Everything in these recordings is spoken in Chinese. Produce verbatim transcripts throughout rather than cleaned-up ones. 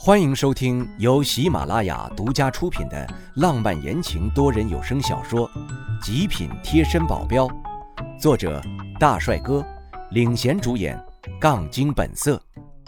欢迎收听由喜马拉雅独家出品的浪漫言情多人有声小说《极品贴身保镖》，作者大帅哥，领衔主演杠精本色。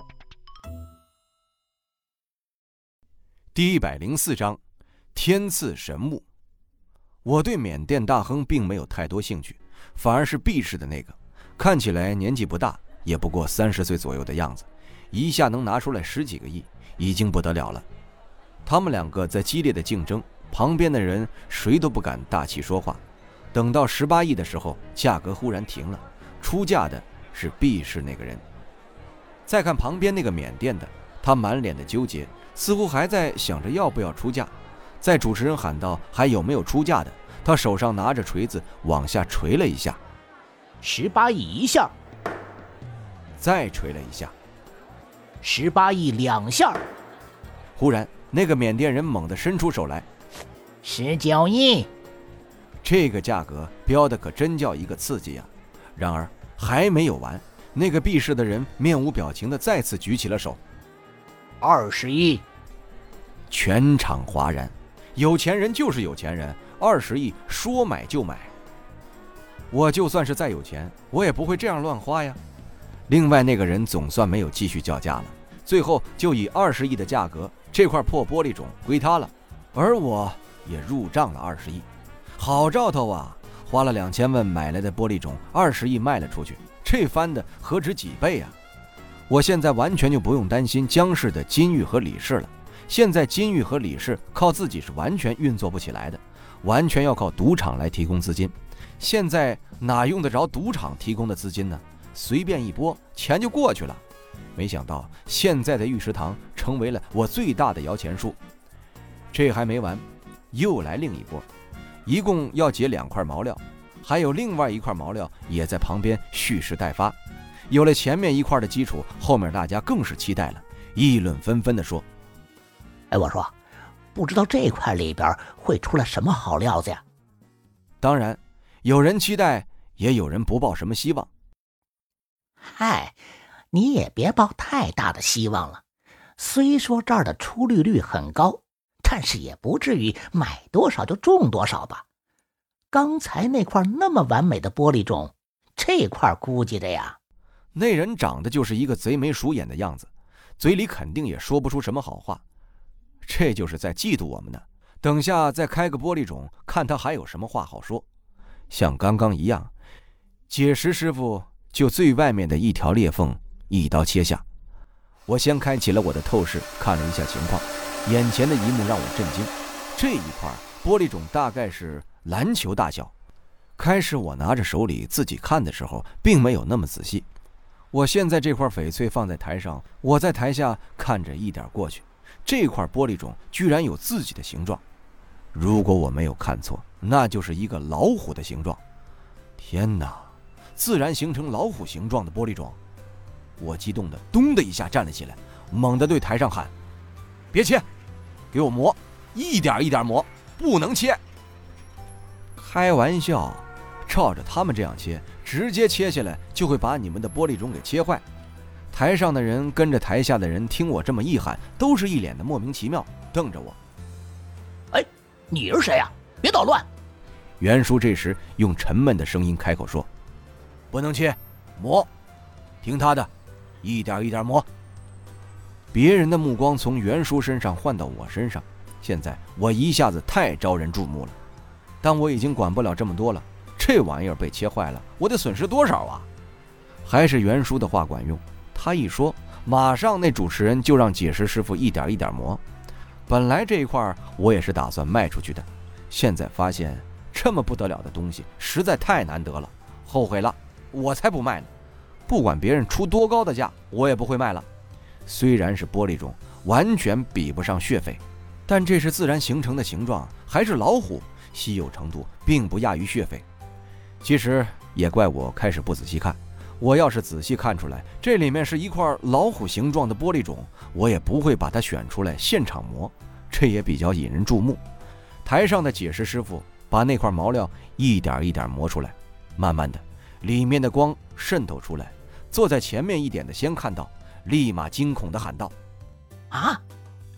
第一百零四章，天赐神物。我对缅甸大亨并没有太多兴趣，反而是毕氏的那个，看起来年纪不大，也不过三十岁左右的样子，一下能拿出来十几个亿，已经不得了了。他们两个在激烈的竞争，旁边的人谁都不敢大气说话。等到十八亿的时候，价格忽然停了，出价的是毕氏那个人。再看旁边那个缅甸的，他满脸的纠结，似乎还在想着要不要出价。在主持人喊道还有没有出价的，他手上拿着锤子往下锤了一下， 十八亿一下， 再锤了一下， 十八亿两下。 忽然那个缅甸人猛地伸出手来， 十九亿。 这个价格标的可真叫一个刺激啊！然而还没有完，那个避世的人面无表情地再次举起了手， 二十亿。 全场哗然，有钱人就是有钱人，二十亿说买就买。我就算是再有钱，我也不会这样乱花呀。另外那个人总算没有继续叫价了，最后就以二十亿的价格，这块破玻璃种归他了，而我也入账了二十亿。好兆头啊！花了两千万买来的玻璃种，二十亿卖了出去，这翻的何止几倍啊！我现在完全就不用担心江氏的金玉和李氏了。现在金玉和李氏靠自己是完全运作不起来的，完全要靠赌场来提供资金。现在哪用得着赌场提供的资金呢？随便一拨，钱就过去了。没想到现在的玉石堂成为了我最大的摇钱树。这还没完，又来另一波，一共要结两块毛料，还有另外一块毛料也在旁边蓄势待发。有了前面一块的基础，后面大家更是期待了，议论纷纷地说： 哎，我说，不知道这块里边会出来什么好料子呀？ 当然，有人期待，也有人不抱什么希望。 嗨，你也别抱太大的希望了。虽说这儿的出率率很高，但是也不至于买多少就中多少吧。刚才那块那么完美的玻璃种，这块估计的呀。 那人长得就是一个贼眉鼠眼的样子，嘴里肯定也说不出什么好话。这就是在嫉妒我们呢。等下再开个玻璃种，看他还有什么话好说。像刚刚一样，解石师傅就最外面的一条裂缝一刀切下。我先开启了我的透视，看了一下情况，眼前的一幕让我震惊。这一块玻璃种大概是篮球大小。开始我拿着手里自己看的时候，并没有那么仔细。我现在这块翡翠放在台上，我在台下看着一点过去，这块玻璃种居然有自己的形状。如果我没有看错，那就是一个老虎的形状。天哪，自然形成老虎形状的玻璃种！我激动的咚的一下站了起来，猛地对台上喊：别切，给我磨，一点一点磨，不能切。开玩笑，照着他们这样切，直接切下来就会把你们的玻璃种给切坏。台上的人跟着台下的人听我这么一喊，都是一脸的莫名其妙，瞪着我。 哎，你是谁呀？别捣乱！ 袁叔这时用沉闷的声音开口说：不能切，磨，听他的，一点一点磨。别人的目光从袁叔身上换到我身上，现在我一下子太招人注目了。但我已经管不了这么多了，这玩意儿被切坏了，我得损失多少啊？还是袁叔的话管用，他一说，马上那主持人就让解石师傅一点一点磨。本来这一块我也是打算卖出去的，现在发现这么不得了的东西实在太难得了，后悔了，我才不卖呢。不管别人出多高的价，我也不会卖了。虽然是玻璃种，完全比不上血翡，但这是自然形成的形状，还是老虎，稀有程度并不亚于血翡。其实也怪我开始不仔细看，我要是仔细看出来这里面是一块老虎形状的玻璃种，我也不会把它选出来现场磨，这也比较引人注目。台上的解石师傅把那块毛料一点一点磨出来，慢慢的里面的光渗透出来，坐在前面一点的先看到，立马惊恐地喊道： 啊，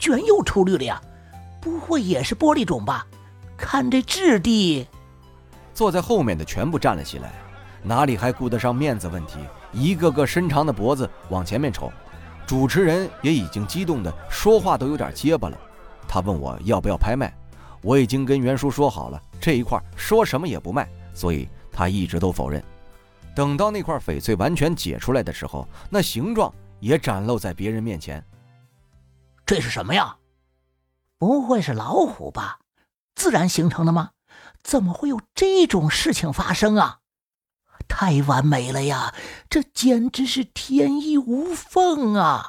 居然又出绿了呀！不会也是玻璃种吧？看这质地…… 坐在后面的全部站了起来，哪里还顾得上面子问题，一个个伸长的脖子往前面瞅。主持人也已经激动的说话都有点结巴了。他问我要不要拍卖，我已经跟袁叔说好了，这一块说什么也不卖，所以他一直都否认。等到那块翡翠完全解出来的时候，那形状也展露在别人面前。 这是什么呀？不会是老虎吧？自然形成的吗？怎么会有这种事情发生啊？太完美了呀，这简直是天衣无缝啊！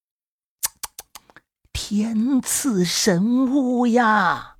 天赐神物呀！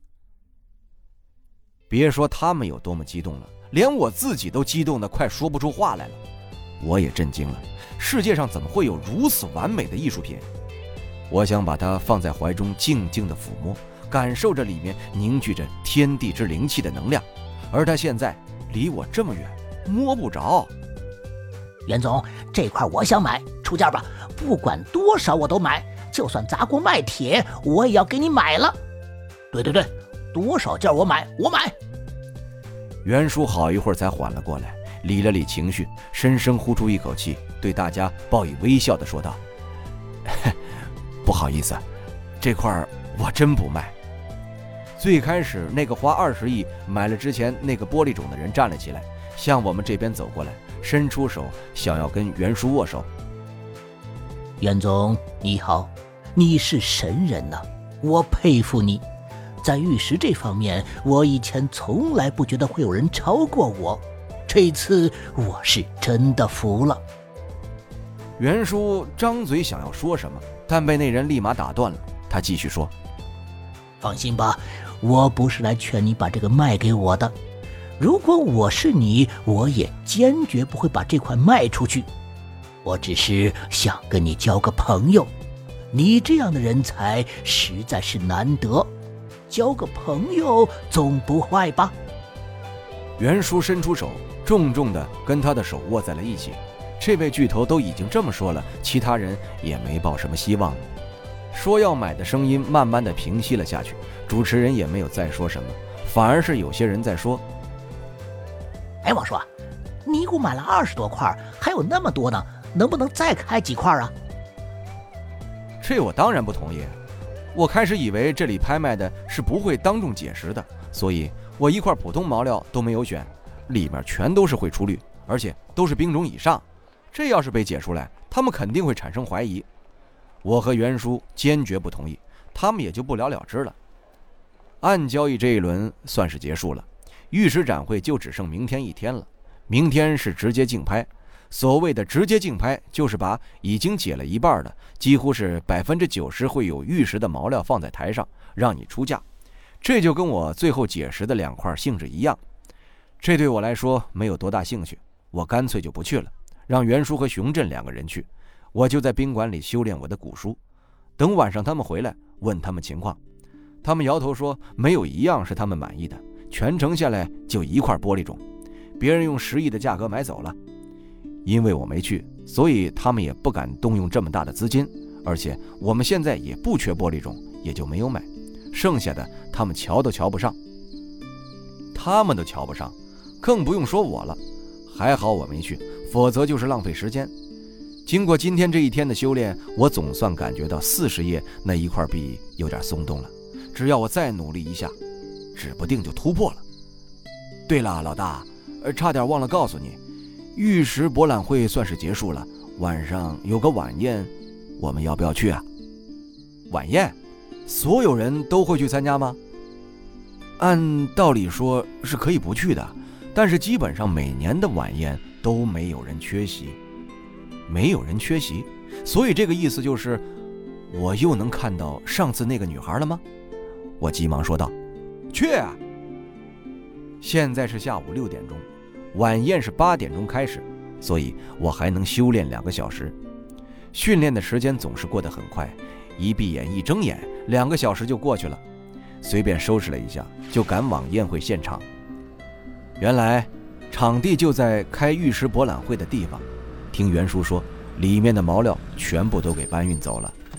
别说他们有多么激动了，连我自己都激动得快说不出话来了。我也震惊了，世界上怎么会有如此完美的艺术品？我想把它放在怀中，静静地抚摸，感受着里面凝聚着天地之灵气的能量，而它现在离我这么远，摸不着。 袁总，这块我想买，出价吧，不管多少我都买，就算砸锅卖铁我也要给你买了。对对对，多少件我买，我买。 袁叔好一会儿才缓了过来，理了理情绪，深深呼出一口气，对大家报以微笑地说道：不好意思，这块我真不卖。最开始那个花二十亿买了之前那个玻璃种的人站了起来，向我们这边走过来，伸出手想要跟袁叔握手。 袁总你好，你是神人呐、啊，我佩服你。在玉石这方面，我以前从来不觉得会有人超过我，这次我是真的服了。 袁叔张嘴想要说什么，但被那人立马打断了。他继续说： 放心吧，我不是来劝你把这个卖给我的，如果我是你，我也坚决不会把这块卖出去。我只是想跟你交个朋友，你这样的人才实在是难得，交个朋友总不坏吧？ 袁叔伸出手，重重地跟他的手握在了一起。这位巨头都已经这么说了，其他人也没抱什么希望了。说要买的声音慢慢地平息了下去，主持人也没有再说什么，反而是有些人在说： 哎，我说你给我买了二十多块，还有那么多呢，能不能再开几块啊？ 这我当然不同意，我开始以为这里拍卖的是不会当众解释的，所以我一块普通毛料都没有选，里面全都是会出绿，而且都是冰种以上，这要是被解出来，他们肯定会产生怀疑。我和袁叔坚决不同意，他们也就不了了之了。暗交易这一轮算是结束了，玉石展会就只剩明天一天了。明天是直接竞拍，所谓的直接竞拍就是把已经解了一半的，几乎是百分之九十会有玉石的毛料放在台上，让你出价。这就跟我最后解释的两块性质一样。这对我来说没有多大兴趣，我干脆就不去了，让袁叔和熊振两个人去。我就在宾馆里修炼我的古书，等晚上他们回来问他们情况，他们摇头说没有一样是他们满意的，全程下来就一块玻璃种，别人用十亿的价格买走了。因为我没去，所以他们也不敢动用这么大的资金，而且我们现在也不缺玻璃种，也就没有买。剩下的他们瞧都瞧不上，他们都瞧不上，更不用说我了。还好我没去，否则就是浪费时间。经过今天这一天的修炼，我总算感觉到四十页那一块壁有点松动了，只要我再努力一下，指不定就突破了。对了，老大，差点忘了告诉你，玉石博览会算是结束了，晚上有个晚宴，我们要不要去啊？晚宴？所有人都会去参加吗？按道理说是可以不去的，但是基本上每年的晚宴都没有人缺席。没有人缺席，所以这个意思就是我又能看到上次那个女孩了吗？我急忙说道：去啊！现在是下午六点钟，晚宴是八点钟开始，所以我还能修炼两个小时。训练的时间总是过得很快，一闭眼一睁眼，两个小时就过去了。随便收拾了一下，就赶往宴会现场。原来场地就在开玉石博览会的地方，听袁叔说里面的毛料全部都给搬运走了。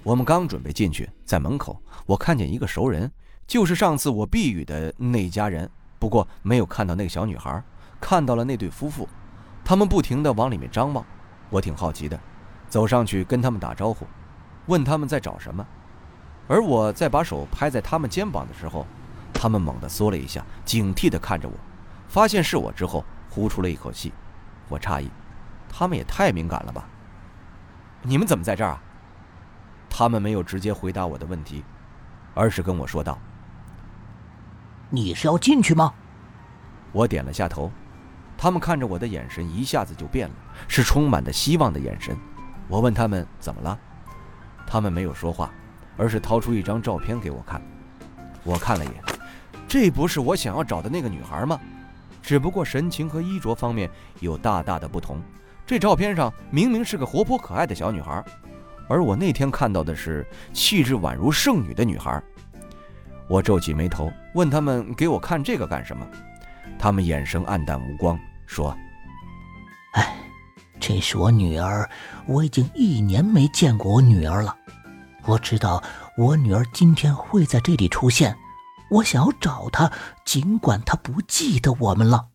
我们刚准备进去，在门口我看见一个熟人，就是上次我避雨的那家人，不过没有看到那个小女孩，看到了那对夫妇，他们不停地往里面张望。我挺好奇的，走上去跟他们打招呼，问他们在找什么。而我在把手拍在他们肩膀的时候，他们猛地缩了一下，警惕地看着我，发现是我之后呼出了一口气。我诧异，他们也太敏感了吧？你们怎么在这儿啊？他们没有直接回答我的问题，而是跟我说道： 你是要进去吗？ 我点了下头，他们看着我的眼神一下子就变了，是充满的希望的眼神。我问他们怎么了，他们没有说话，而是掏出一张照片给我看。我看了眼，这不是我想要找的那个女孩吗？只不过神情和衣着方面有大大的不同。这照片上明明是个活泼可爱的小女孩，而我那天看到的是气质宛如圣女的女孩。我皱起眉头，问他们给我看这个干什么？他们眼神黯淡无光，说： 哎，这是我女儿，我已经一年没见过我女儿了。我知道我女儿今天会在这里出现，我想要找她，尽管她不记得我们了。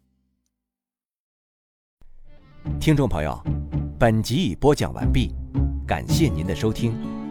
听众朋友，本集已播讲完毕，感谢您的收听。